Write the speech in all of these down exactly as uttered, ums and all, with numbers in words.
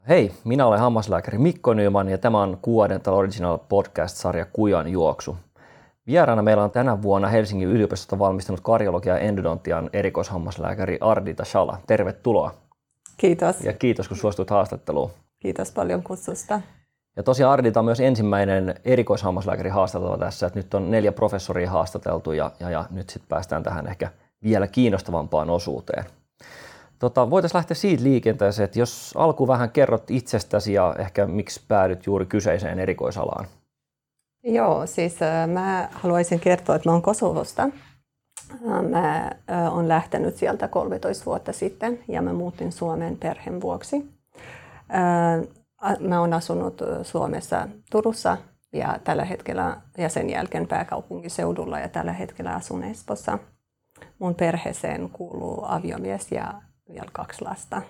Hei, minä olen hammaslääkäri Mikko Nyman ja tämä on Q-Dental Original podcast-sarja Kujan juoksu. Vieraana meillä on tänä vuonna Helsingin yliopistosta valmistunut kardiologia- ja endodontian erikoishammaslääkäri Ardita Shala. Tervetuloa. Kiitos. Ja kiitos, kun suostuit haastatteluun. Kiitos paljon kutsusta. Ja tosiaan Ardita on myös ensimmäinen erikoishammaslääkäri haastateltava tässä. Että nyt on neljä professoria haastateltu ja, ja, ja nyt sitten päästään tähän ehkä vielä kiinnostavampaan osuuteen. Tota, voitaisiin lähteä siitä liikenteeseen, että jos alkuun vähän kerrot itsestäsi ja ehkä miksi päädyt juuri kyseiseen erikoisalaan. Joo, siis äh, mä haluaisin kertoa, että mä oon Kosovosta. Äh, mä äh, oon lähtenyt sieltä kolmetoista vuotta sitten ja mä muutin Suomeen perheen vuoksi. Äh, mä oon asunut Suomessa Turussa ja tällä hetkellä ja sen jälkeen pääkaupunkiseudulla ja tällä hetkellä asun Espoossa. Mun perheeseen kuuluu aviomies ja vielä kaksi lasta.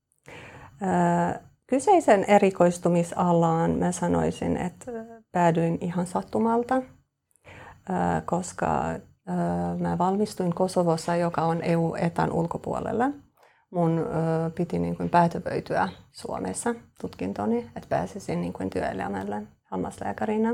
Kyseisen erikoistumisalaan mä sanoisin, että päädyin ihan sattumalta, koska mä valmistuin Kosovossa, joka on E U-etan ulkopuolella. Mun piti niin kuin päätövöityä Suomessa tutkintoni, että pääsisin niin kuin työelämälle hammaslääkärinä.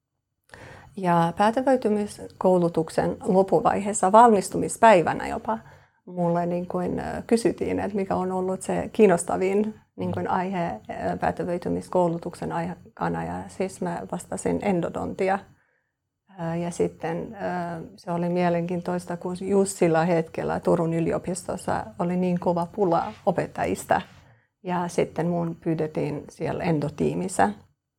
Ja päätövöitymiskoulutuksen loppuvaiheessa valmistumispäivänä jopa mulle niin kuin kysyttiin, että mikä on ollut se kiinnostavin niin kuin aihe päätövöitymiskoulutuksen aikana. Ja siis mä vastasin endodontia. Ja sitten se oli mielenkiintoista, kun just sillä hetkellä Turun yliopistossa oli niin kova pula opettajista. Ja sitten mun pyydettiin siellä endotiimissä,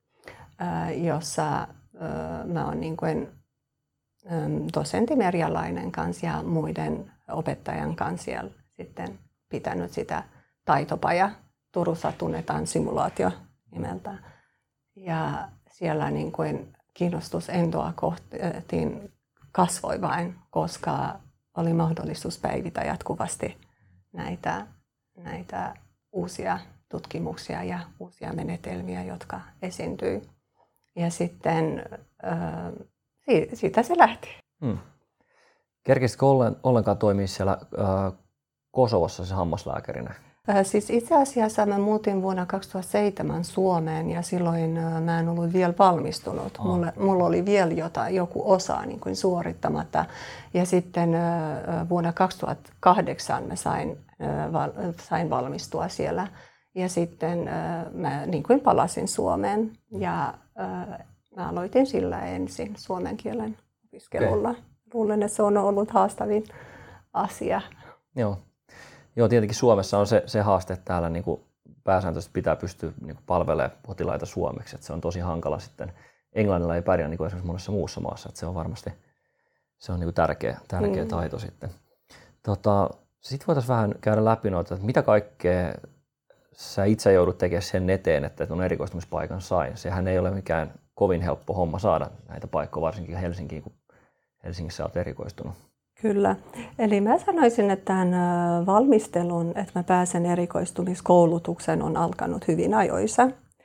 jossa mä oon niin kuin dosentti Merjalainen kanssa ja muiden opettajan kanssa siellä sitten pitänyt sitä taitopaja. Turussa tunnetaan simulaatio nimeltä. Ja siellä niin kuin kiinnostus endoa kohtiin kasvoi vain, koska oli mahdollisuus päivitä jatkuvasti näitä, näitä uusia tutkimuksia ja uusia menetelmiä, jotka esiintyi. Ja sitten äh, siitä se lähti. Hmm. Kerkisitkö ollenkaan toimia siellä äh, Kosovossa se hammaslääkärinä? Äh, siis itse asiassa mä muutin vuonna kaksituhattaseitsemän Suomeen ja silloin äh, mä en ollut vielä valmistunut. Oh. Mulla, mulla oli vielä jotain, joku osa niin kuin suorittamatta. Ja sitten äh, vuonna kaksituhattakahdeksan mä sain, äh, val, sain valmistua siellä. Ja sitten äh, mä niin kuin palasin Suomeen ja äh, mä aloitin sillä ensin suomen kielen opiskelulla. Okay. Luulen, että se on ollut haastavin asia. Joo, Joo tietenkin Suomessa on se, se haaste, että täällä niin kuin pääsääntöisesti pitää pystyä niin kuin palvelemaan potilaita suomeksi. Että se on tosi hankala sitten. Englannilla ei pärjää niin kuin esimerkiksi monessa muussa maassa. Että se on varmasti se on niin kuin tärkeä, tärkeä mm. taito sitten. Tota, sitten voitaisiin vähän käydä läpi noita, että mitä kaikkea sä itse joudut tekemään sen eteen, että on erikoistumispaikan sai. Sehän ei ole mikään kovin helppo homma saada näitä paikkoja, varsinkin Helsinkiin, kun Helsingissä olet erikoistunut. Kyllä. Eli mä sanoisin, että tämän valmistelun, että mä pääsen erikoistumiskoulutukseen, on alkanut hyvin ajoissa.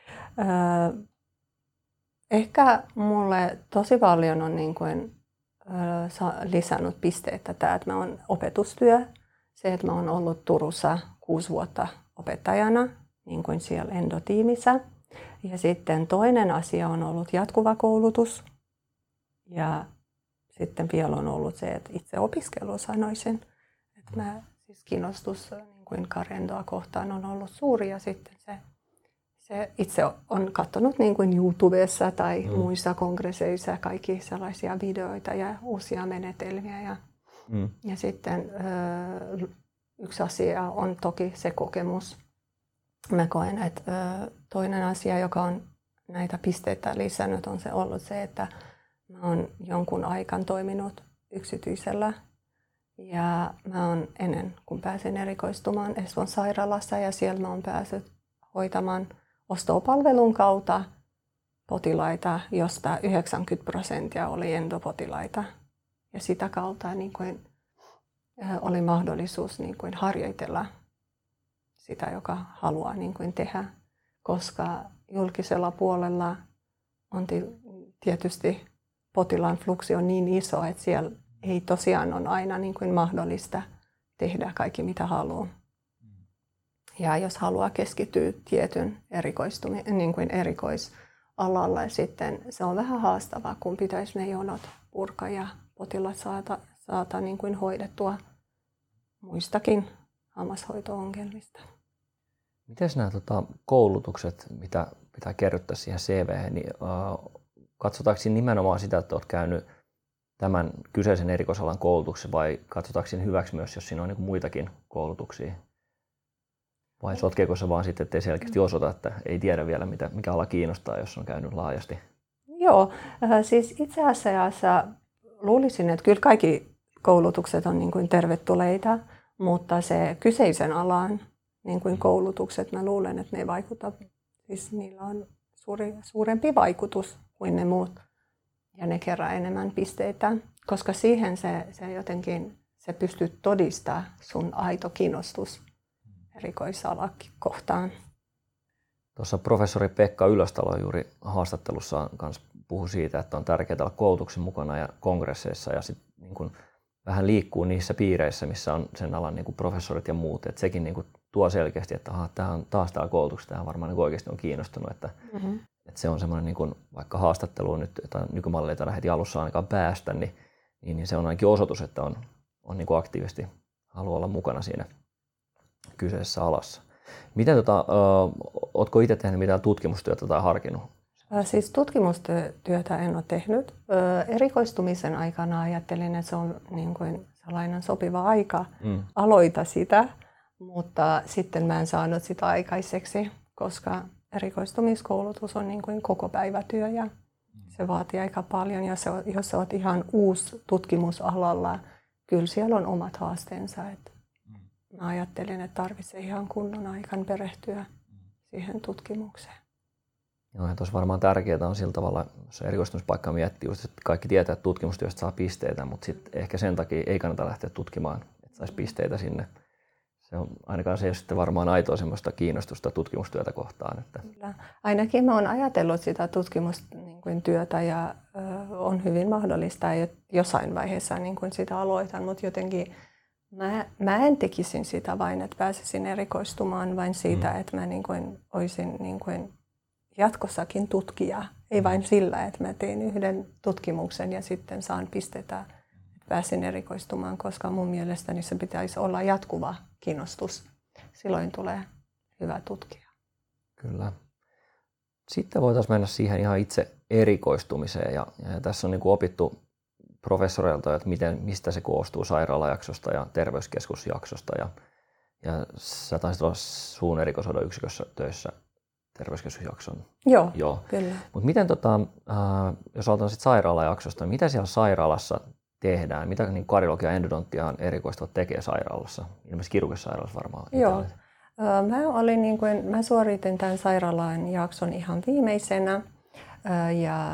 Ehkä mulle tosi paljon on niin kuin lisännyt pisteitä tämä, että mä oon opetustyö. Se, että mä oon ollut Turussa kuusi vuotta opettajana, niin kuin siellä endotiimissä. Ja sitten toinen asia on ollut jatkuva koulutus. Ja sitten vielä on ollut se, että itse opiskelu sanoisin. Että mä, siis kiinnostus niin kuin karendoa kohtaan on ollut suuri ja sitten se, se itse on katsonut niin kuin YouTubessa tai mm. muissa kongresseissa kaikki sellaisia videoita ja uusia menetelmiä. Ja, mm. ja sitten ö, yksi asia on toki se kokemus. Mä koen, että ö, toinen asia, joka on näitä pisteitä lisännyt, on se ollut se, että mä oon jonkun aikan toiminut yksityisellä ja mä oon ennen kuin pääsin erikoistumaan Espoon sairaalassa ja siellä mä oon päässyt hoitamaan ostopalvelun kautta potilaita, josta yhdeksänkymmentä prosenttia oli endopotilaita. Ja sitä kautta niin kuin, oli mahdollisuus niin kuin harjoitella sitä, joka haluaa niin kuin tehdä, koska julkisella puolella on tietysti potilaan fluksi on niin iso, että siellä ei tosiaan ole aina niin kuin mahdollista tehdä kaikki mitä haluaa. Ja jos haluaa keskittyä tietyn erikoistumi- niin kuin erikoisalalle, sitten se on vähän haastavaa, kun pitäisi ne jonot purkaa ja potilaat saada, saada niin kuin hoidettua muistakin hammashoito-ongelmista. Miten nämä tota, koulutukset, mitä pitää kerryttää siihen C V:hen, niin uh, katsotaanko siinä nimenomaan sitä, että olet käynyt tämän kyseisen erikoisalan koulutuksen vai katsotaanko siinä hyväksi myös, jos siinä on niin kuin muitakin koulutuksia? Vai sotkeeko se vaan sitten, ettei selkeästi osoita, että ei tiedä vielä, mitä, mikä ala kiinnostaa, jos on käynyt laajasti? Joo, siis itse asiassa luulisin, että kyllä kaikki koulutukset on niin kuin tervetulleita, mutta se kyseisen alan niin kuin koulutukset, mä luulen, että ne vaikuttavat, siis niillä on suuri, suurempi vaikutus kuin ne muut ja ne kerää enemmän pisteitä, koska siihen se, se jotenkin, se pystyy todistamaan sun aito kiinnostus erikoisalakin kohtaan. Tuossa professori Pekka Ylöstalo juuri haastattelussaan kanssa puhui siitä, että on tärkeää olla koulutuksen mukana ja kongresseissa ja sit niin kun vähän liikkuu niissä piireissä, missä on sen alan niin kun professorit ja muut. Et sekin niin kun tuo selkeästi, että aha, tämä on taas tämä koulutus, tämä varmaan niin oikeasti on kiinnostunut. Että, mm-hmm. että se on semmoinen, niin kun, vaikka haastatteluun nyt jotain nykymalleita heti alussa ainakaan päästä, niin, niin, niin se on ainakin osoitus, että on, on niin kun aktiivisesti haluaa olla mukana siinä kyseisessä alassa. Miten, tota, oletko itse tehnyt mitään tutkimustyötä tai harkinnut? Siis tutkimustyötä en ole tehnyt. Erikoistumisen aikana ajattelin, että se on niin kuin sellainen sopiva aika mm. aloita sitä, mutta sitten mä en saanut sitä aikaiseksi, koska erikoistumiskoulutus on niin kuin koko päivätyö ja se vaatii aika paljon. Ja se, jos olet ihan uusi tutkimusalalla, kyllä siellä on omat haasteensa. Että mä ajattelin, että tarvitsee ihan kunnon aikan perehtyä siihen tutkimukseen. Joo, ja tuossa varmaan tärkeää on sillä tavalla, jos erikoistumispaikkaa miettii, just, että kaikki tietää, että tutkimustyöstä saa pisteitä, mutta sitten ehkä sen takia ei kannata lähteä tutkimaan, että saisi pisteitä sinne. Se on, ainakaan se ei ole sitten varmaan aitoa semmoista kiinnostusta tutkimustyötä kohtaan. Että. Kyllä. Ainakin mä oon ajatellut sitä tutkimustyötä ja ö, on hyvin mahdollista, että jossain vaiheessa niin kuin sitä aloitan, mutta jotenkin Mä, mä en tekisin sitä vain, että pääsisin erikoistumaan vain siitä, mm. että mä niin kuin olisin niin kuin jatkossakin tutkija. Ei vain sillä, että mä teen yhden tutkimuksen ja sitten saan pistetä, että pääsin erikoistumaan, koska mun mielestäni se pitäisi olla jatkuva kiinnostus. Silloin tulee hyvä tutkija. Kyllä. Sitten voitaisiin mennä siihen ihan itse erikoistumiseen. Ja, ja tässä on niin kuin opittu professoreilta, että miten, mistä se koostuu sairaalajaksosta ja terveyskeskusjaksosta. Ja, ja sä taisit olla suun erikoishoidon yksikössä töissä terveyskeskusjakson. Joo, Joo. kyllä. Mutta miten, tota, äh, jos aloitetaan sitten sairaalajaksosta, mitä siellä sairaalassa tehdään? Mitä niin kardiologia ja endodontiaan erikoistuvat tekee sairaalassa? Ilmeisesti kirurgisessa sairaalassa varmaan. Joo. Mä, olin niin kuin, mä suoritin tämän sairaalan jakson ihan viimeisenä. Ja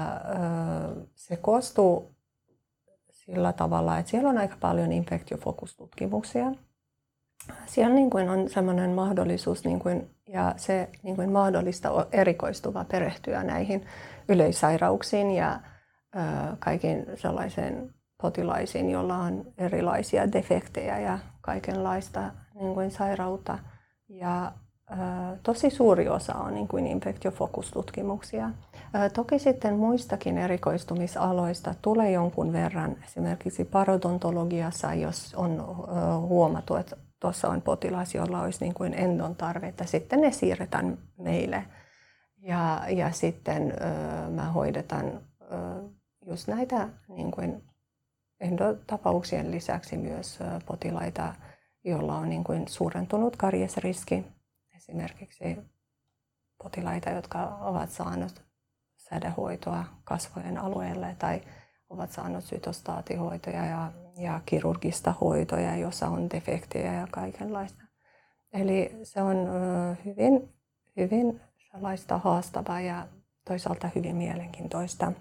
se koostuu sillä tavalla, että siellä on aika paljon infektiofokustutkimuksia. Siellä niin kuin on sellainen mahdollisuus niin kuin, ja se niin kuin mahdollista erikoistuva perehtyä näihin yleissairauksiin ja ö, kaikkiin sellaisiin potilaisiin, joilla on erilaisia defektejä ja kaikenlaista niin kuin sairautta. Ja ö, tosi suuri osa on niin kuin infektiofokustutkimuksia. Ö, toki sitten muistakin erikoistumisaloista tulee jonkun verran, esimerkiksi parodontologiassa, jos on ö, huomattu, että tuossa on potilas, jolla olisi niin kuin endon tarvetta, sitten ne siirretään meille. Ja, ja sitten ö, mä hoidetaan ö, just näitä niin kuin endotapauksien lisäksi myös ö, potilaita, joilla on niin kuin suurentunut kariesriski. Esimerkiksi potilaita, jotka ovat saaneet sädehoitoa kasvojen alueelle tai ovat saaneet sytostaatihoitoja ja, ja kirurgista hoitoja, jossa on defektejä ja kaikenlaista. Eli se on ö, hyvin, hyvin sellaista haastavaa ja toisaalta hyvin mielenkiintoista.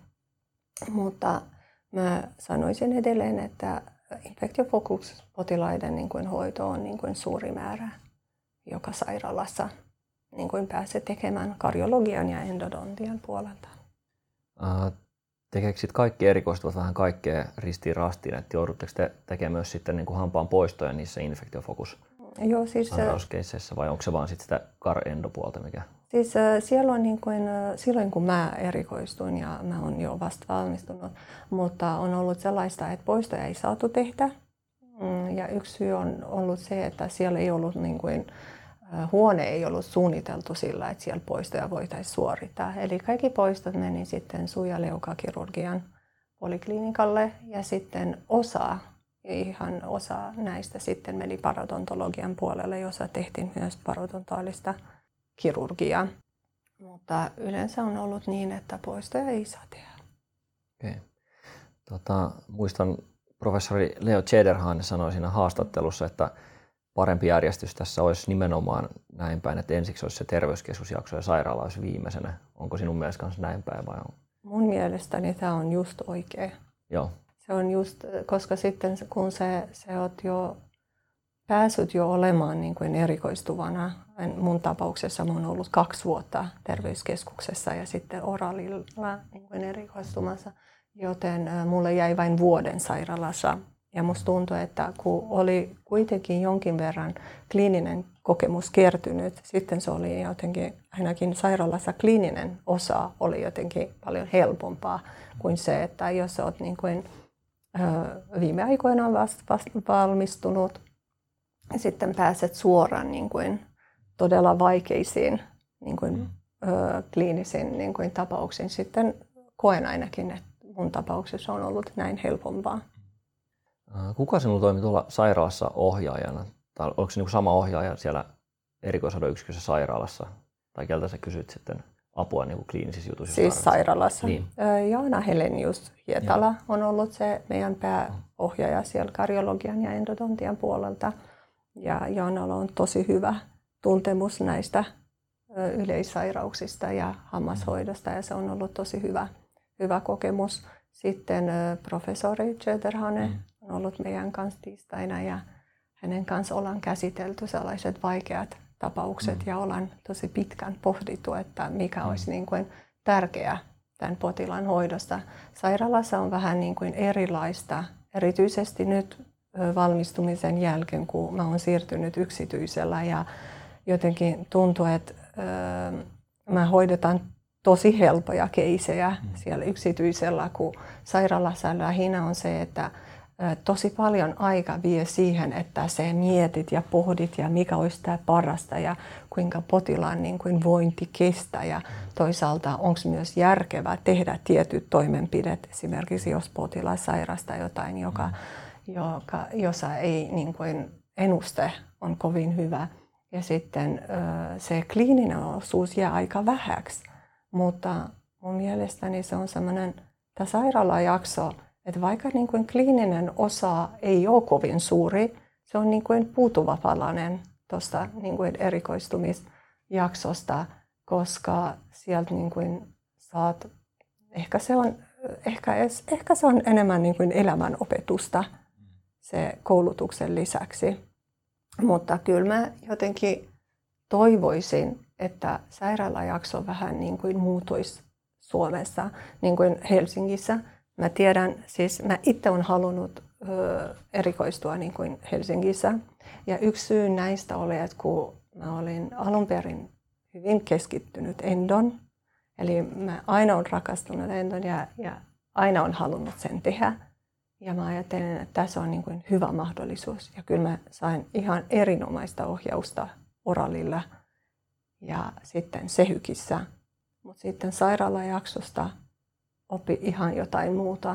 Mutta mä sanoisin edelleen, että infektiofokuspotilaiden niin kuin hoito on niin kuin suuri määrä joka sairaalassa niin kuin pääsee tekemään kardiologian ja endodontian puolelta. Uh, tekeekö sitten kaikki erikoistuvat vähän kaikkea ristiin rastiin, että joudutteko te tekemään myös sitten niin kuin hampaan poistoja niissä infektiofokus? Joo, siis, sairauskeisseissä vai onko se vaan sit sitä car-endopuolta, mikä? Siis siellä on niin kuin, silloin kun mä erikoistuin ja mä oon jo vasta valmistunut, mutta on ollut sellaista, että poistoja ei saatu tehdä. Ja yksi syy on ollut se, että siellä ei ollut niin kuin, huone ei ollut suunniteltu sillä, että siellä poistoja voitaisiin suorittaa. Eli kaikki poistot meni sitten suu- ja leukakirurgian poliklinikalle ja sitten osa, ihan osa näistä sitten meni parodontologian puolelle, jossa tehtiin myös parodontaalista kirurgiaa. Mutta yleensä on ollut niin, että poistoja ei saa tehdä. Okay. Tota, muistan professori Leo Tjederhan sanoi siinä haastattelussa, että parempi järjestys tässä olisi nimenomaan näin päin, että ensiksi olisi se terveyskeskusjakso ja sairaala olisi viimeisenä. Onko sinun mielestä kanssa näin päin vai on? Mun mielestäni tämä on just oikein. Joo. Se on just, koska sitten kun se, se oot jo päässyt jo olemaan niin kuin erikoistuvana, mun tapauksessa mä oon ollut kaksi vuotta terveyskeskuksessa ja sitten Oralilla niin kuin erikoistumassa, joten mulle jäi vain vuoden sairaalassa. Ja musta tuntui, että kun oli kuitenkin jonkin verran kliininen kokemus kertynyt, sitten se oli jotenkin, ainakin sairaalassa kliininen osa oli jotenkin paljon helpompaa kuin se, että jos olet niin kuin, ö, viime aikoina vasta vast valmistunut, sitten pääset suoraan niin kuin, todella vaikeisiin niin kuin, ö, kliinisiin niin kuin, tapauksiin. Sitten koen ainakin, että mun tapauksessa on ollut näin helpompaa. Kuka sinulla toimi tuolla sairaalassa ohjaajana? Tai oliko se niin kuin sama ohjaaja siellä erikoishoitoyksikössä sairaalassa? Tai keltä sä kysyt sitten apua niin kuin kliinisissä jutuissa? Siis sairaalassa. Niin. Jaana Helenius Hietala ja. on ollut se meidän pääohjaaja siellä kardiologian ja endodontian puolelta. Ja Jaanalla on tosi hyvä tuntemus näistä yleissairauksista ja hammashoidosta ja se on ollut tosi hyvä, hyvä kokemus. Sitten professori Tjederhane mm. on ollut meidän kanssa tiistaina ja hänen kanssa ollaan käsitelty sellaiset vaikeat tapaukset mm. ja ollaan tosi pitkään pohdittu, että mikä mm. olisi niin kuin tärkeää tämän potilaan hoidosta. Sairaalassa on vähän niin kuin erilaista, erityisesti nyt valmistumisen jälkeen, kun mä oon siirtynyt yksityisellä ja jotenkin tuntuu, että öö, mä hoidetaan tosi helpoja keisejä mm. siellä yksityisellä, kun sairaalassa lähinnä on se, että tosi paljon aika vie siihen, että sä mietit ja pohdit ja mikä olisi tämä parasta ja kuinka potilaan niin kuin vointi kestää ja toisaalta onko myös järkevää tehdä tietyt toimenpidet, esimerkiksi jos potilas sairastaa jotain, joka, mm. joka, jossa ei niin kuin ennuste on kovin hyvä ja sitten se kliininen osuus jää aika vähäksi. Mutta mun mielestäni se on sellainen tämä sairaalajakso, että vaikka niin kuin kliininen osa ei ole kovin suuri, se on niin kuin puutuva palanen tuosta niin kuin erikoistumisjaksosta, koska sieltä niin kuin saat, ehkä se on, ehkä, ehkä se on enemmän niin kuin elämän opetusta se koulutuksen lisäksi. Mutta kyllä mä jotenkin toivoisin, että sairaalajakso vähän niin kuin muutuisi Suomessa, niin kuin Helsingissä. Mä tiedän, siis mä itse olen halunnut ö, erikoistua niin kuin Helsingissä. Ja yksi syy näistä oli, että kun mä olin alun perin hyvin keskittynyt endon, eli mä aina olen rakastunut endon ja, ja aina olen halunnut sen tehdä. Ja mä ajattelin, että tässä on niin kuin hyvä mahdollisuus. Ja kyllä mä sain ihan erinomaista ohjausta Oralilla ja sitten Sehykissä. Mutta sitten sairaalajaksosta oppi ihan jotain muuta.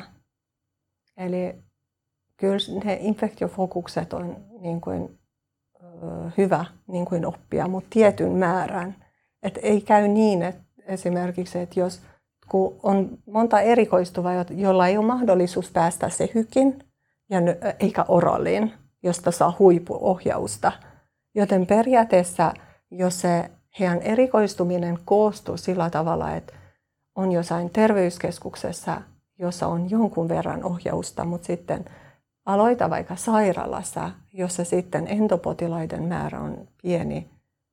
Eli kyllä ne infektiofokukset on niin kuin, ö, hyvä niin kuin oppia, mutta tietyn määrän. Et ei käy niin, että esimerkiksi, että jos kun on monta erikoistuvaa, jolla ei ole mahdollisuus päästä Sehykin ja eikä Oraliin, josta saa huippuohjausta. Joten periaatteessa, jos se heidän erikoistuminen koostuu sillä tavalla, että on jossain terveyskeskuksessa, jossa on jonkun verran ohjausta, mutta sitten aloita vaikka sairaalassa, jossa sitten endopotilaiden määrä on pieni.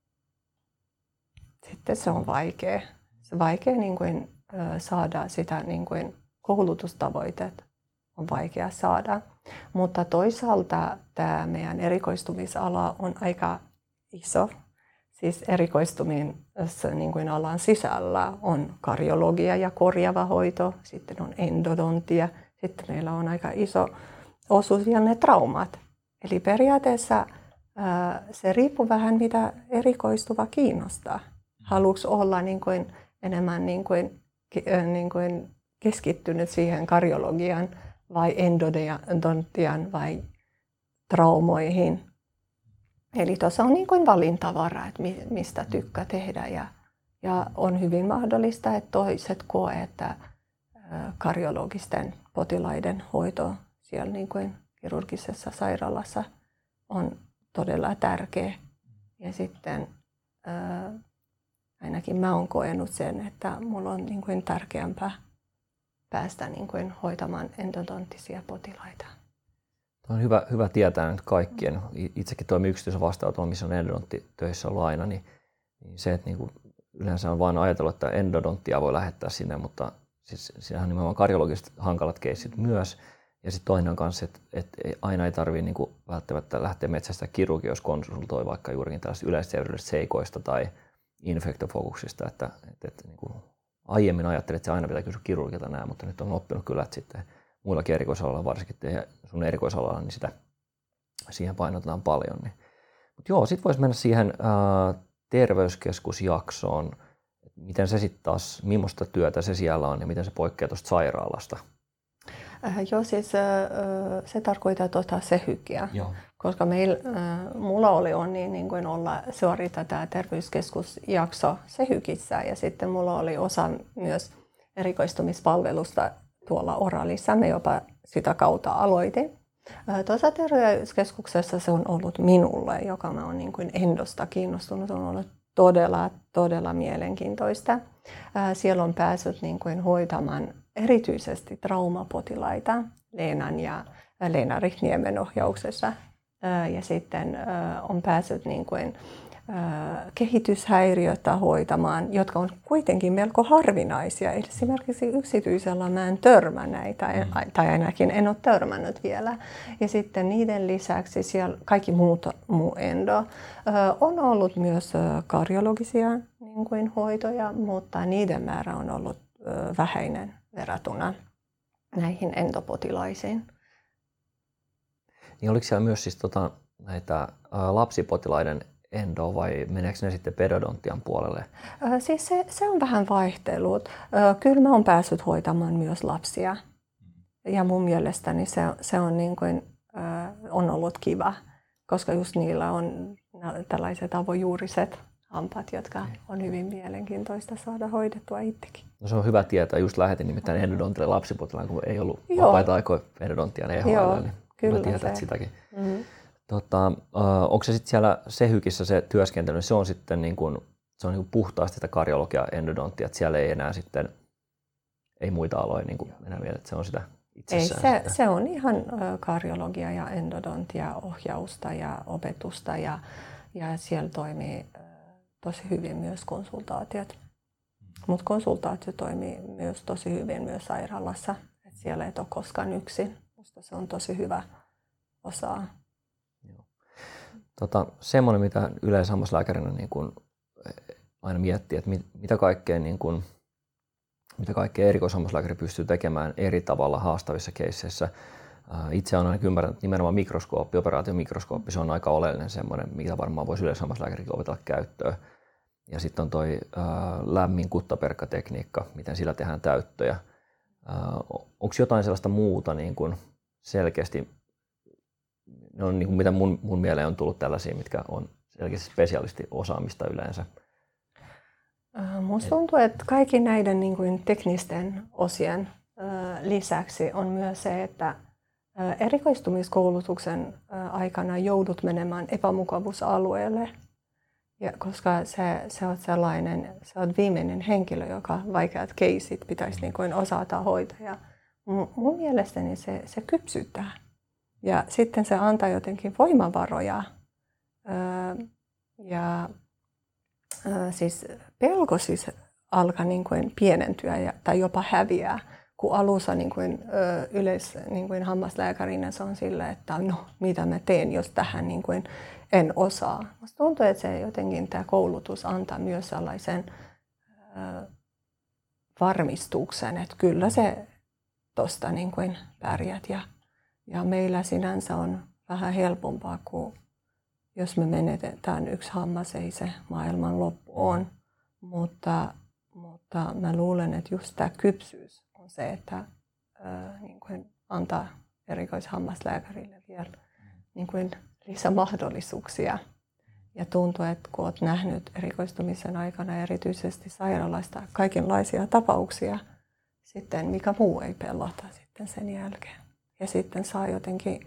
Sitten se on vaikea. Se on vaikea niin kuin, saada sitä niin kuin koulutustavoitteet. On vaikea saada. Mutta toisaalta tämä meidän erikoistumisala on aika iso. Siis erikoistuminen niin kuin alan sisällä on kardiologia ja korjaava hoito, sitten on endodontia, sitten meillä on aika iso osuus vielä ne traumat. Eli periaatteessa ää, se riippuu vähän mitä erikoistuva kiinnostaa. Haluatko olla niin kuin, enemmän niin kuin, niin kuin keskittynyt siihen kardiologian vai endodontian vai traumoihin. Eli tuossa on niin kuin valintavara, että mistä tykkää tehdä. Ja, ja on hyvin mahdollista, että toiset koe, että kardiologisten potilaiden hoito siellä niin kuin kirurgisessa sairaalassa on todella tärkeä. Ja sitten ää, ainakin mä oon koenut sen, että mulla on niin kuin tärkeämpää päästä niin kuin hoitamaan endodonttisia potilaita. On hyvä, hyvä tietää nyt kaikkien. Itsekin toimin yksityisen vastaanotolla, missä on endodontti töissä ollut aina, niin, niin se, että niin kuin yleensä on vain ajatellut, että endodonttia voi lähettää sinne, mutta siis siinähän on nimenomaan kardiologiset hankalat keissit myös. Ja sitten toinen on kanssa, että, että aina ei tarvitse niin kuin välttämättä lähteä metsästä kirurgia, jos konsultoi vaikka juurikin tällaisista yleisterveydellisistä seikoista tai infektofokuksista. Että, että, että niin kuin aiemmin ajattelin, että se aina pitää kysyä kirurgilta nämä, mutta nyt on oppinut kyllä, että sitten muillakin erikoisalalla, varsinkin sun erikoisalalla, niin sitä, siihen painotetaan paljon. Niin. Mut joo, sitten voisi mennä siihen ää, terveyskeskusjaksoon. Miten se sitten taas, millaista työtä se siellä on ja miten se poikkeaa tuosta sairaalasta? Äh, joo, siis äh, se tarkoittaa tuota sehykiä, koska meil, äh, mulla oli onni niin kuin olla suorittaa tämä terveyskeskusjakso sehykissä ja sitten mulla oli osa myös erikoistumispalvelusta tuolla Oralissa, me jopa sitä kautta aloitin. Äh, tuossa terveyskeskuksessa se on ollut minulle, joka mä oon niin kuin endosta kiinnostunut, on ollut todella, todella mielenkiintoista. Äh, siellä on päässyt niin kuin hoitamaan erityisesti traumapotilaita Leenan ja Leena Rihtniemen ohjauksessa. Ja sitten on päässyt niin kuin kehityshäiriötä hoitamaan, jotka on kuitenkin melko harvinaisia. Esimerkiksi yksityisellä mä en törmää näitä, mm. tai ainakin en ole törmännyt vielä. Ja sitten niiden lisäksi siellä kaikki muut, muu endo on ollut myös kardiologisia niin kuin hoitoja, mutta niiden määrä on ollut vähäinen verrattuna näihin endopotilaisiin. Niin oliko siellä myös siis tota, näitä ä, lapsipotilaiden endo vai meneekö ne sitten pedodontian puolelle? Ä, siis se, se on vähän vaihtelut. Ä, kyllä mä oon päässyt hoitamaan myös lapsia. Ja mun mielestäni se, se on, niin kuin, ä, on ollut kiva, koska just niillä on tällaiset avojuuriset hampaat, jotka on hyvin mielenkiintoista saada hoidettua itsekin. No se on hyvä tietää. Just lähetin nimittäin endodontille lapsipotilaan, kun ei ollut vapaita aikoja endodontian E H L, niin kyllä hyvä tietää sitäkin. Mm-hmm. Tota, äh, onko se sitten siellä sehykissä se työskentely, niin se on sitten niin kuin, se on niin kuin puhtaasti sitä kardiologia endodontia, että siellä ei enää sitten, ei muita aloja niin kuin enää vielä, että se on sitä itsessään. Ei, se, sitä. se on ihan kardiologia ja endodontia ohjausta ja opetusta ja, ja siellä toimii tosi hyvin myös konsultaatiot. Mutta konsultaatio toimii myös tosi hyvin myös sairaalassa. Et siellä ei ole koskaan yksin. Musta se on tosi hyvä osa. Tota, semmoinen, mitä yleishammaslääkärinä niin kun aina miettii, että mit, mitä kaikkea, niin kun, mitä kaikkea erikoishammaslääkäri pystyy tekemään eri tavalla haastavissa keisseissä. Itse olen ainakin ymmärtänyt, että nimenomaan mikroskooppi, operaatiomikroskooppi, se on aika oleellinen semmoinen, mitä varmaan voisi yleishammaslääkärikin opetella käyttöön. Ja sitten on toi äh, lämmin kuttaperkkatekniikka, miten sillä tehdään täyttöjä. Äh, Onko jotain sellaista muuta niin kuin selkeästi, ne on niin kuin mitä mun, mun mieleen on tullut tällaisia, mitkä on selkeästi spesialistiosaamista yleensä? Äh, Minusta tuntuu, että kaikki näiden niin kuin teknisten osien äh, lisäksi on myös se, että äh, erikoistumiskoulutuksen äh, aikana joudut menemään epämukavuusalueelle. Ja koska se, se on sellainen, se on viimeinen henkilö, joka vaikeat keisit pitäisi niin kuin osata hoitaa. Ja mun mielestäni se, se kypsyttää. Ja sitten se antaa jotenkin voimavaroja. Öö, ja öö, siis pelko siis alkaa niin kuin pienentyä ja, tai jopa häviää, kun alussa niin kuin, yleis niin kuin hammaslääkärinä se on sillä, että no mitä mä teen, jos tähän niin kuin en osaa. Musta tuntuu, että se jotenkin tämä koulutus antaa myös sellaisen ö, varmistuksen, että kyllä se tuosta niin kuin pärjät. Ja, ja meillä sinänsä on vähän helpompaa, kuin jos me menetetään yksi hammas, ei se maailman loppu on. Mutta, mutta mä luulen, että just tämä kypsyys on se, että ö, niin kuin antaa erikoishammaslääkärille vielä niin kuin lisämahdollisuuksia. Ja tuntuu, että kun olet nähnyt erikoistumisen aikana erityisesti sairaalasta kaikenlaisia tapauksia, sitten mikä muu ei pelota sitten sen jälkeen. Ja sitten saa jotenkin,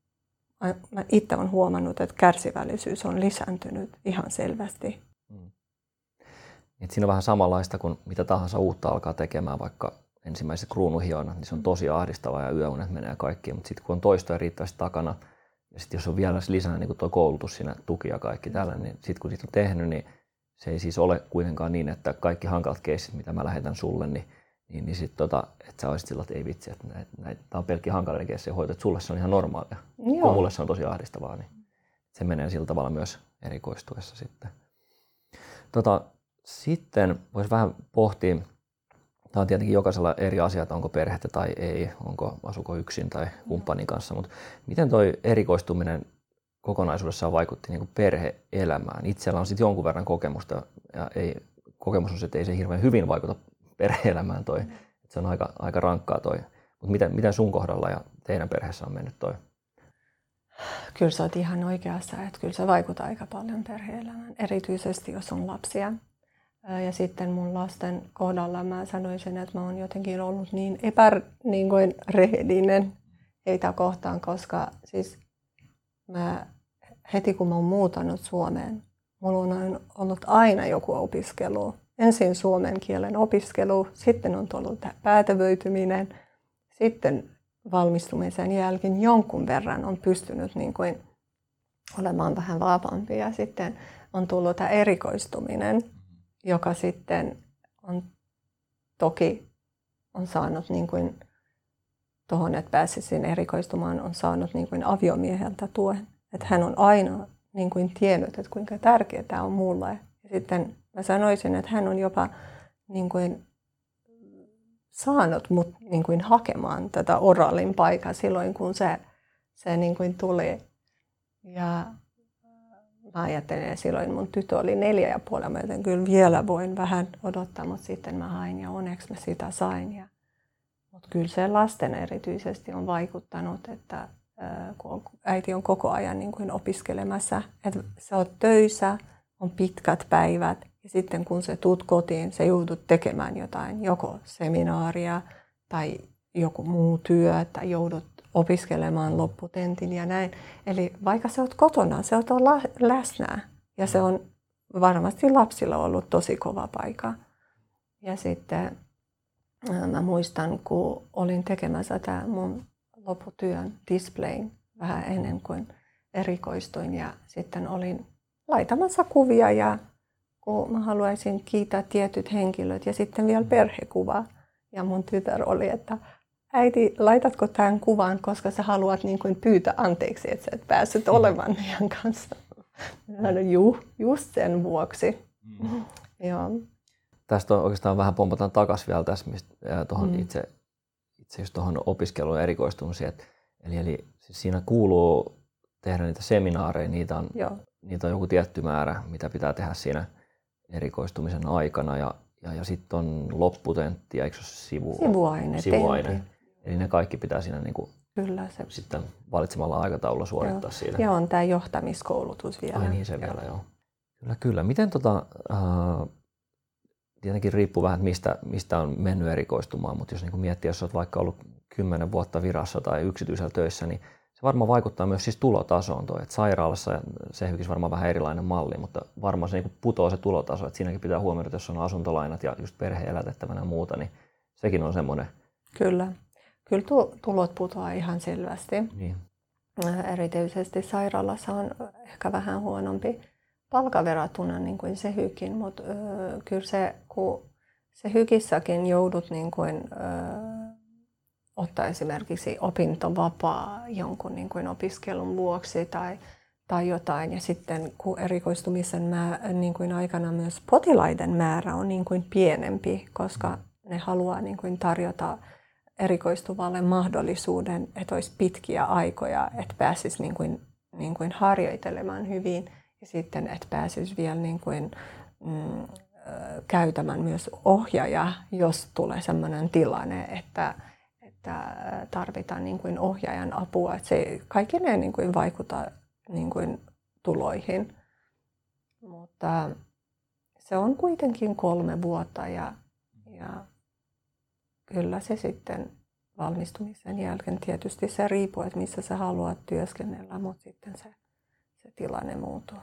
mä itse olen huomannut, että kärsivällisyys on lisääntynyt ihan selvästi. Mm. Et siinä on vähän samanlaista kuin mitä tahansa uutta alkaa tekemään, vaikka ensimmäiset kruunuhioinnat, niin se on tosi ahdistavaa ja yöunet menee kaikkiin, mutta sitten kun on toistoja riittävästi takana, ja sitten jos on vielä lisää niin tuo koulutus siinä, tuki ja kaikki tällä, niin sitten kun siitä on tehnyt, niin se ei siis ole kuitenkaan niin, että kaikki hankalat keissit, mitä mä lähetän sulle, niin, niin, niin sitten tota, että sä olisit sillä, että ei vitsi, että näitä, näitä, tämä on pelkkiä hankalinen keissejä hoito, että sulle se on ihan normaalia. Joo. Kun mulle se on tosi ahdistavaa, niin se menee sillä tavalla myös erikoistuessa sitten. Tota, sitten voisi vähän pohtia, tämä on tietenkin jokaisella eri asia, että onko perhettä tai ei, onko asuko yksin tai kumppanin kanssa, mutta miten toi erikoistuminen kokonaisuudessaan vaikutti niin kuin perhe-elämään? Itsellä on sitten jonkun verran kokemusta ja ei, kokemus on se, että ei se hirveän hyvin vaikuta perhe-elämään toi, että se on aika, aika rankkaa toi. Mutta miten, miten sun kohdalla ja teidän perheessä on mennyt toi? Kyllä sä oot ihan oikeassa, että kyllä se vaikuttaa aika paljon perhe-elämään, erityisesti jos on lapsia. Ja sitten mun lasten kohdalla mä sanoisin, että mä oon jotenkin ollut niin epärehellinen heitä kohtaan, koska siis mä, heti kun mä oon muutanut Suomeen, mulla on ollut aina joku opiskelu. Ensin suomen kielen opiskelu, sitten on tullut päätävöityminen, sitten valmistumisen jälkeen jonkun verran on pystynyt niin kuin olemaan vähän vapaampi ja sitten on tullut tämä erikoistuminen, joka sitten on toki on saanut niin kuin tuohon, että pääsisin erikoistumaan, on saanut niin kuin aviomieheltä tuen. Että hän on aina niin kuin tiennyt, että kuinka tärkeää tämä on mulle. Ja sitten mä sanoisin, että hän on jopa niin kuin saanut mut niin kuin hakemaan tätä oraalin paikkaa silloin, kun se, se niin kuin tuli. Ja mä ajattelin, että silloin mun tytö oli neljä ja puoli, mä joten kyllä vielä voin vähän odottaa, mutta sitten mä hain ja onneksi mä sitä sain. Ja, mutta kyllä se lasten erityisesti on vaikuttanut, että ää, kun äiti on koko ajan niin kuin opiskelemassa, että sä oot töissä, on pitkät päivät ja sitten kun sä tuut kotiin, sä joudut tekemään jotain, joko seminaaria tai joku muu työ tai joudut opiskelemaan lopputentin ja näin. Eli vaikka sä oot kotona, sä oot läsnä ja se on varmasti lapsilla ollut tosi kova paikka. Ja sitten mä muistan, kun olin tekemässä tämän mun lopputyön displayn vähän ennen kuin erikoistuin ja sitten olin laitamassa kuvia ja kun mä haluaisin kiittää tietyt henkilöt ja sitten vielä perhekuva. Ja mun tytär oli, että äiti, laitatko tämän kuvan, koska sä haluat niin kuin pyytää anteeksi, että sä et päässyt olemaan meidän kanssa. Mä sanoin, juu, just sen vuoksi. Mm. Joo. Tästä on oikeastaan vähän pompataan takaisin vielä tässä, tuohon mm. itse, itse just tuohon opiskeluun ja erikoistumiseen. Eli, eli siis siinä kuuluu tehdä niitä seminaareja, niitä on, niitä on joku tietty määrä, mitä pitää tehdä siinä erikoistumisen aikana. Ja, ja, ja sitten on lopputentti ja eikö se ole sivu, sivuaine. sivuaine. Eli ne kaikki pitää siinä niin kuin Kyllä se. sitten valitsemalla aikataululla suorittaa joo. siinä. Ja on tämä johtamiskoulutus vielä. Ai niin, se vielä, joo. Kyllä, kyllä. Miten tota, äh, tietenkin riippuu vähän, että mistä, mistä on mennyt erikoistumaan, mutta jos niin miettii, jos olet vaikka ollut kymmenen vuotta virassa tai yksityisellä töissä, niin se varmaan vaikuttaa myös siis tulotasoon toi. Että sairaalassa se on varmaan vähän erilainen malli, mutta varmaan se niin putoaa se tulotaso. Että siinäkin pitää huomioida, että jos on asuntolainat ja just perhe elätettävänä ja muuta, niin sekin on semmoinen. Kyllä. Kyllä tulot putoaa ihan selvästi. Niin. Erityisesti sairaalassa on ehkä vähän huonompi palkka verrattuna niin kuin se hykin, mutta ö, kyllä se, kun se hykissäkin joudut niin kuin, ö, ottaa esimerkiksi opintovapaa jonkun niin kuin opiskelun vuoksi tai, tai jotain. Ja sitten kun erikoistumisen määrä, niin kuin aikana myös potilaiden määrä on niin kuin pienempi, koska ne haluaa niin kuin tarjota erikoistuvalle mahdollisuuden, että olisi pitkiä aikoja, että pääsisi niin kuin, niin kuin harjoittelemaan hyvin ja sitten, että pääsisi vielä niin kuin, mm, käytämään myös ohjaaja, jos tulee sellainen tilanne, että, että tarvitaan niin kuin ohjaajan apua. Että se kaikki ne niin kuin vaikuttaa niin kuin tuloihin. Mutta se on kuitenkin kolme vuotta ja, ja kyllä se sitten valmistumisen jälkeen tietysti se riippuu, että missä sä haluat työskennellä, mutta sitten se, se tilanne muuttuu.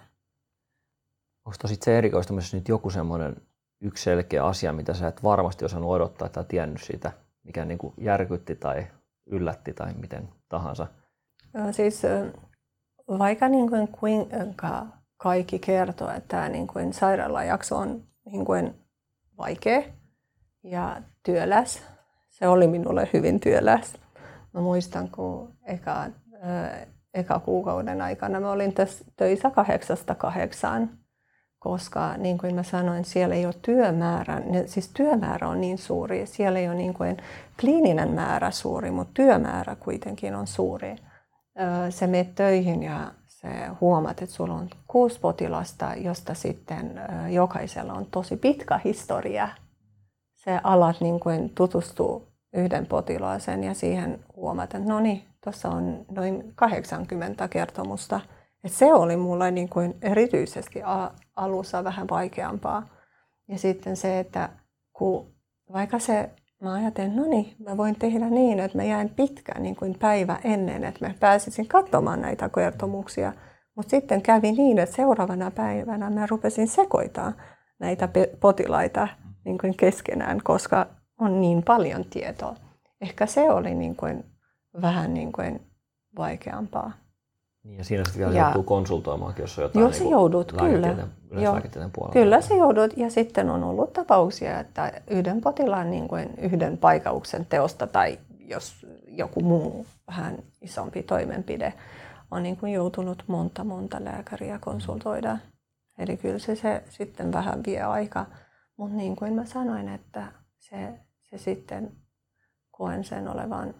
Onko sitten se erikoistumisessa nyt joku semmoinen yksi selkeä asia, mitä sä et varmasti osannut odottaa tai tiennyt siitä, mikä niin kuin järkytti tai yllätti tai miten tahansa? No, siis vaikka niin kuin kuinka kaikki kertoo, että tämä niin kuin sairaalajakso on niin kuin vaikea ja työläs. Se oli minulle hyvin työläs. Mä muistan, kun eka, äh, eka kuukauden aikana mä olin tässä töissä kahdeksasta kahdeksaan, koska niin kuin mä sanoin, siellä ei ole työmäärä, siis työmäärä on niin suuri, siellä ei ole niin kuin kliininen määrä suuri, mutta työmäärä kuitenkin on suuri. Äh, se menet töihin ja se huomaat, että sulla on kuusi potilasta, josta sitten äh, jokaisella on tosi pitkä historia. Se alat niin kuin tutustuu yhden potilaaseen ja siihen huomata, että no niin, tuossa on noin kahdeksankymmentä kertomusta. Et se oli mulle niin kuin erityisesti alussa vähän vaikeampaa. Ja sitten se, että kun vaikka se, mä ajattelin, no niin, mä voin tehdä niin, että mä jäin pitkään niin kuin päivä ennen, että mä pääsisin katsomaan näitä kertomuksia. Mutta sitten kävi niin, että seuraavana päivänä mä rupesin sekoittamaan näitä potilaita niin kuin keskenään, koska on niin paljon tietoa. Ehkä se oli niin kuin vähän niin kuin vaikeampaa. Ja siinä sitten vielä ja, joutuu konsultoimaankin, jos on jotain jos niin joudut, kyllä. Yleislääketieteen puolella. Kyllä se joudut. Ja sitten on ollut tapauksia, että yhden potilaan niin kuin yhden paikauksen teosta tai jos joku muu vähän isompi toimenpide on niin kuin joutunut monta monta lääkäriä konsultoida. Mm. Eli kyllä se, se sitten vähän vie aikaa. Mutta niin kuin mä sanoin, että se, se sitten koen sen olevan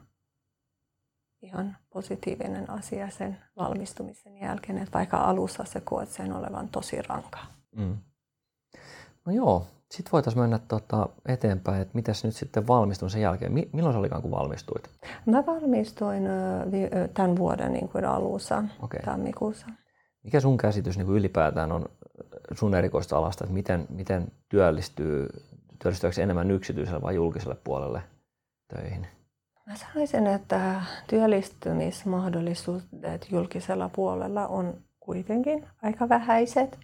ihan positiivinen asia sen valmistumisen jälkeen, että vaikka alussa se koet sen olevan tosi rankaa. Mm. No joo, sitten voitaisiin mennä tota eteenpäin, että mitäs nyt sitten valmistumisen jälkeen, milloin se olikaan kun valmistuit? Mä valmistuin tämän vuoden niin kuin alussa, okay. tammikuussa. Mikä sun käsitys niin kuin ylipäätään on sun erikoista alasta, että miten, miten työllistyy, työllistyykö enemmän yksityiselle vai julkiselle puolelle töihin? Mä sanoisin, että työllistymismahdollisuudet julkisella puolella on kuitenkin aika vähäiset.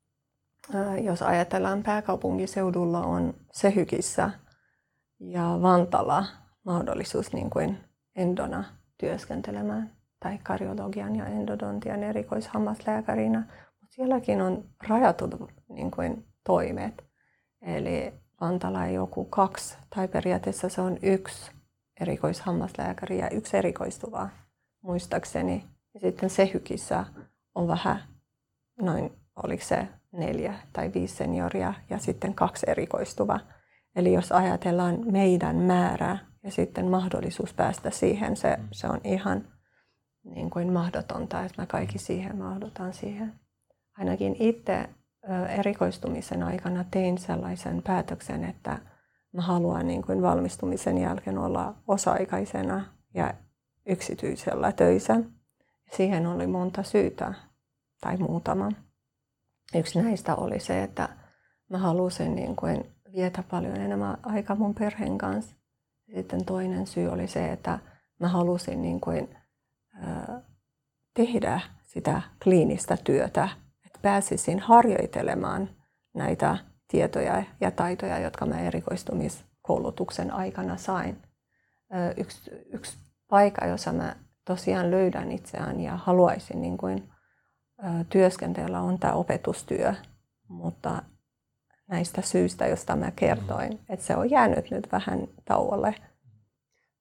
Jos ajatellaan, pääkaupunkiseudulla on Sehykissä ja Vantaalla mahdollisuus niin kuin endona työskentelemään tai kardiologian ja endodontian erikoishammaslääkärinä. Mutta sielläkin on rajatut niin kuin toimet. Eli Vantaalla ei joku kaksi tai periaatteessa se on yksi erikoishammaslääkäri ja yksi erikoistuva muistaakseni. Ja sitten Sehykissä on vähän noin, oliko se neljä tai viisi senioria ja sitten kaksi erikoistuvaa. Eli jos ajatellaan meidän määrää ja sitten mahdollisuus päästä siihen, se, se on ihan niin kuin mahdotonta, että me kaikki siihen mahdotaan siihen. Ainakin itse erikoistumisen aikana tein sellaisen päätöksen, että mä haluan niin kuin valmistumisen jälkeen olla osa-aikaisena ja yksityisellä töissä. Siihen oli monta syytä tai muutama. Yksi näistä oli se, että mä halusin niin kuin vietä paljon enemmän aikaa mun perheen kanssa. Sitten toinen syy oli se, että mä halusin niin kuin, äh, tehdä sitä kliinistä työtä, että pääsisin harjoittelemaan näitä tietoja ja taitoja, jotka mä erikoistumiskoulutuksen aikana sain. Äh, yksi, yksi paikka, jossa mä tosiaan löydän itseään ja haluaisin niin kuin, äh, työskentellä, on tämä opetustyö, mutta näistä syistä, joista mä kertoin, että se on jäänyt nyt vähän tauolle.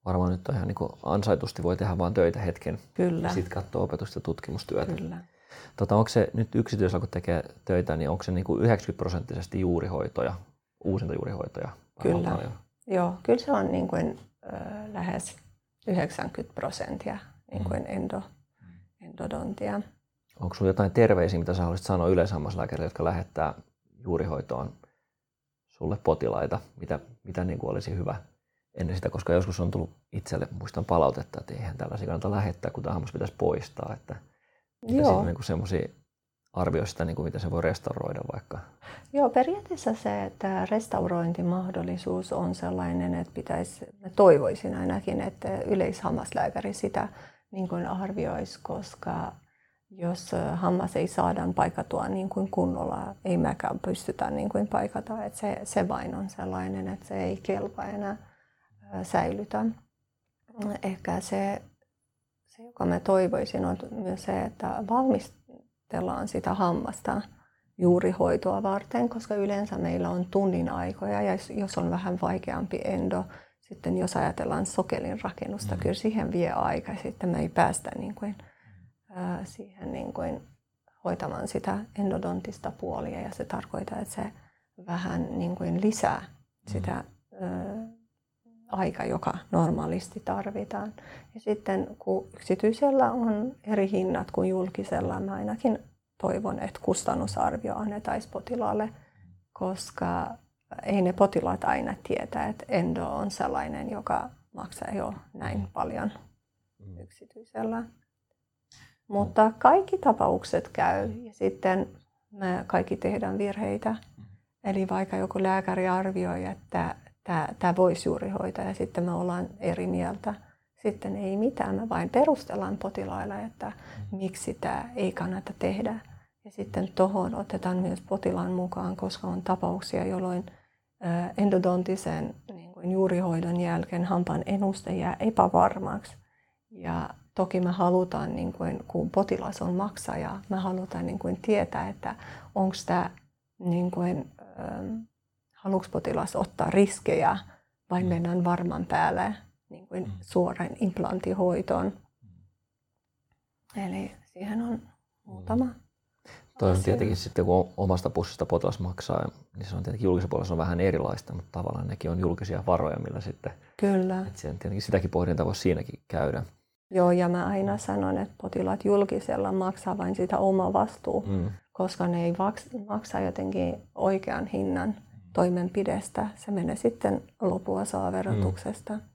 varmaan nyt on ihan niin kuin ansaitusti voi tehdä vaan töitä hetken. Kyllä. Ja sitten katsoa opetusta ja tutkimustyötä. Kyllä. Tota, onko se nyt yksityisellä, kun tekee töitä, niin onko se niin kuin yhdeksänkymmentä prosenttisesti juurihoitoja, uusinta juurihoitoja? Kyllä. Joo, kyllä se on niin kuin, äh, lähes yhdeksänkymmentä prosenttia niin kuin endo, endodontia. Onko sinulla jotain terveisiä, mitä sä haluaisit sanoa yleishammaslääkärille, jotka lähettää juurihoitoon sulle potilaita, mitä, mitä niin kuin olisi hyvä ennen sitä, koska joskus on tullut itselle, muistan palautetta, että eihän tällaisia kannata lähettää, kun tämä hammas pitäisi poistaa. Että siinä on niin semmoisia arvioita sitä, niin kuin miten se voi restauroida vaikka? Joo, periaatteessa se, että restaurointimahdollisuus on sellainen, että pitäisi, mä toivoisin ainakin, että yleishammaslääkäri sitä niin kuin arvioisi, koska jos hammas ei saada paikatua niin kuin kunnolla, ei mäkään pystytä niin kuin paikata, että se, se vain on sellainen, että se ei kelpaa enää säilytä. Ehkä se, se, joka mä toivoisin, on myös se, että valmistellaan sitä hammasta juurihoitoa varten, koska yleensä meillä on tunnin aikoja ja jos on vähän vaikeampi endo, sitten jos ajatellaan sokelin rakennusta, mm. kyllä siihen vie aika, sitten me ei päästä niin kuin, äh, siihen niin kuin hoitamaan sitä endodontista puolia ja se tarkoittaa, että se vähän niin kuin lisää sitä äh, aika, joka normaalisti tarvitaan. Ja sitten kun yksityisellä on eri hinnat kuin julkisella, mä ainakin toivon, että kustannusarvio annettaisiin potilaalle, koska ei ne potilaat aina tietää, että endo on sellainen, joka maksaa jo näin paljon yksityisellä. Mutta kaikki tapaukset käy ja sitten me kaikki tehdään virheitä. Eli vaikka joku lääkäri arvioi, että tämä voisi juuri hoitaa ja sitten me ollaan eri mieltä. Sitten ei mitään, me vain perustellaan potilaille, että miksi tämä ei kannata tehdä. Ja sitten tuohon otetaan myös potilaan mukaan, koska on tapauksia, jolloin endodontisen niin kuin juurihoidon jälkeen hampaan ennuste jää epävarmaksi. Ja toki me halutaan, niin kuin, kun potilas on maksaja, me halutaan niin kuin tietää, että onko tämä, niin kuin, ähm, haluaako potilas ottaa riskejä vai mennään varman päälle niin kuin suoraan implanttihoitoon. Eli siihen on muutama. Toi on tietenkin sitten, kun omasta pussista potilas maksaa, niin se on tietenkin julkisen puolella on vähän erilaista, mutta tavallaan nekin on julkisia varoja, millä sitten... Kyllä. Että tietenkin sitäkin pohdintaa voisi siinäkin käydä. Joo, ja mä aina sanon, että potilaat julkisella maksaa vain sitä oma vastuu, mm. koska ne ei maksa jotenkin oikean hinnan toimenpidestä. Se menee sitten lopuosaa verotuksesta. Mm.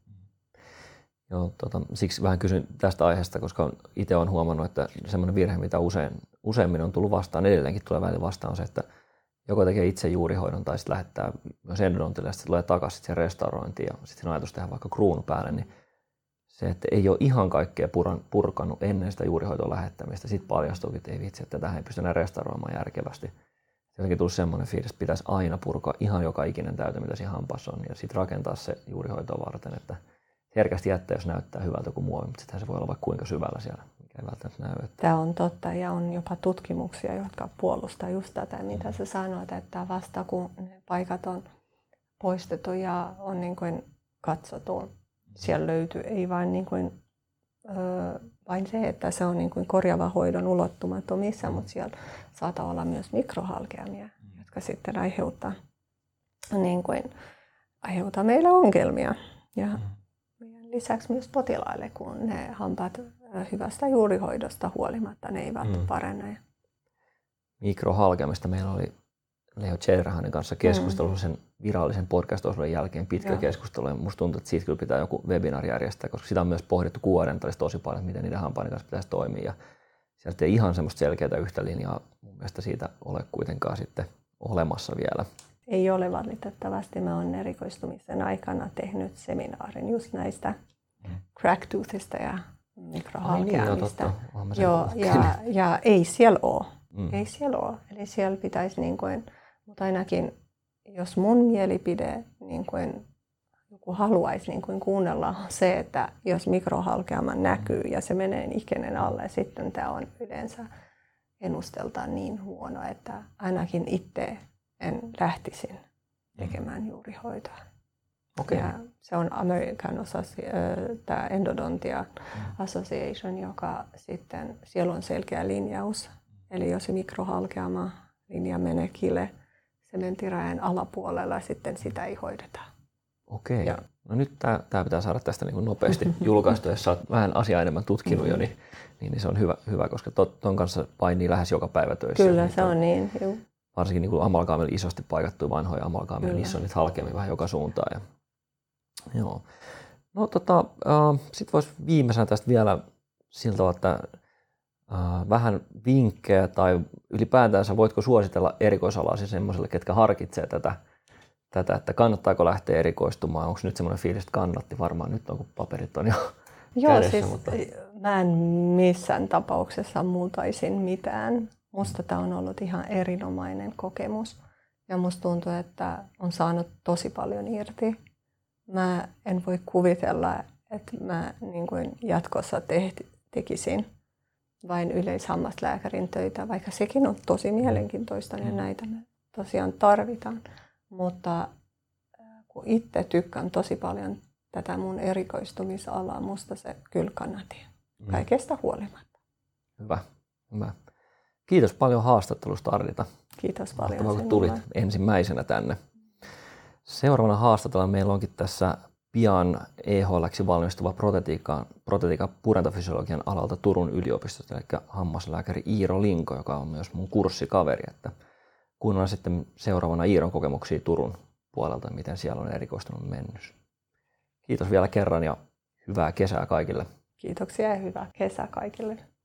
Joo, tota, siksi vähän kysyn tästä aiheesta, koska itse olen huomannut, että semmoinen virhe, mitä usein, useimmin on tullut vastaan, edelleenkin tulee välillä vastaan, on se, että joko tekee itse juurihoidon tai sitten lähettää myös endodontille ja sitten tulee takaisin siihen restaurointiin ja sitten ajatus tehdä vaikka kruunu päälle, niin se, että ei ole ihan kaikkea puran, purkanut ennen sitä juurihoitoon lähettämistä, sitten paljastuukin, että ei vitsi, että tähän ei pysty enää restauroimaan järkevästi. Jotenkin tullut semmoinen fiilis, että pitäisi aina purkaa ihan joka ikinen täyte, mitä siinä hampaassa on, ja sitten rakentaa se juurihoitoa varten, että herkästi jättää, jos näyttää hyvältä kuin muovi, mutta sittenhän se voi olla vaikka kuinka syvällä siellä, mikä ei välttämättä näy. Että... Tämä on totta, ja on jopa tutkimuksia, jotka puolustaa just tätä, mitä sä sanoit, että vasta kun ne paikat on poistettu ja on niin kuin katsottu, siellä löytyy ei vain, niin kuin, ö, vain se, että se on niin kuin korjaava hoidon ulottumattomissa, mm. mutta siellä saattaa olla myös mikrohalkeamia, mm. jotka sitten aiheuttaa, niin kuin, aiheuttaa meille ongelmia. Ja mm. lisäksi myös potilaille, kun ne hampaat hyvästä juurihoidosta huolimatta, ne eivät mm. parane. Mikrohalkeamista meillä oli Leo Tjerahanin kanssa keskustelu mm. sen virallisen podcast-osuuden jälkeen pitkä Joo. keskustelu. Ja musta tuntuu, että siitä kyllä pitää joku webinar järjestää, koska sitä on myös pohdittu kuorentalista tosi paljon, että miten niiden hampaiden kanssa pitäisi toimia. Ja sieltä ei ihan semmoista selkeää yhtä linjaa mun mielestä siitä ole kuitenkaan sitten olemassa vielä. Ei ole valitettavasti. Mä oon erikoistumisen aikana tehnyt seminaarin just näistä mm. crack-toothista ja mikrohalkeamista. Ai niin, joo, ja, ja ei siellä ole. Mm. Ei siellä ole. Eli siellä pitäisi, niin kuin, mutta ainakin jos mun mielipide niin kuin, joku haluaisi niin kuin kuunnella se, että jos mikrohalkeama näkyy ja se menee ikenen alle, sitten tämä on yleensä ennusteltaan niin huono, että ainakin itse en lähtisin tekemään juurihoitoa. Okei. Ja se on American Associ- tämä Endodontia Association, joka sitten, siellä on selkeä linjaus. Eli jos se mikrohalkeama linja menee kile sementtirajan alapuolella, sitten sitä ei hoideta. Okei. Ja. No nyt tämä pitää saada tästä niin kuin nopeasti julkaistua, jos olet vähän asiaa enemmän tutkinut jo, niin, niin, niin se on hyvä, hyvä koska tuon kanssa painii lähes joka päivä töissä. Kyllä, se on niin. Juu. Varsinkin niin kuin amalgaamilla isosti paikattuja vanhoja amalgaameja, niissä on niitä halkeamia vähän joka suuntaan. Ja, joo. No tota, äh, sitten voisi viimeisenä tästä vielä siltä tavalla, että äh, vähän vinkkejä tai ylipäätään voitko suositella erikoisalasi semmoiselle, ketkä harkitsee tätä, tätä, että kannattaako lähteä erikoistumaan. Onko nyt semmoinen fiilis, että kannatti varmaan nyt on, kun paperit on jo Joo, kädessä. siis Mutta mä en missään tapauksessa muutaisin mitään. Musta tämä on ollut ihan erinomainen kokemus ja musta tuntuu, että on saanut tosi paljon irti. Mä en voi kuvitella, että mä niin kuin jatkossa tehti, tekisin vain yleishammaslääkärin töitä, vaikka sekin on tosi mielenkiintoista ja näitä me tosiaan tarvitaan. Mutta kun itse tykkään tosi paljon tätä mun erikoistumisalaa, musta se kyllä kannatti kaikesta huolimatta. Hyvä, hyvä. Kiitos paljon haastattelusta, Ardita. Kiitos paljon. Mahtavaa, kun tulit ensimmäisenä tänne. Seuraavana haastatella meillä onkin tässä pian E H L:ksi valmistuva protetiikan, protetiikan purentofysiologian alalta Turun yliopistosta, eli hammaslääkäri Iiro Linko, joka on myös mun kurssikaveri. Että kuunnellaan sitten seuraavana Iiron kokemuksia Turun puolelta, miten siellä on erikoistunut mennyt. Kiitos vielä kerran ja hyvää kesää kaikille. Kiitoksia ja hyvää kesää kaikille.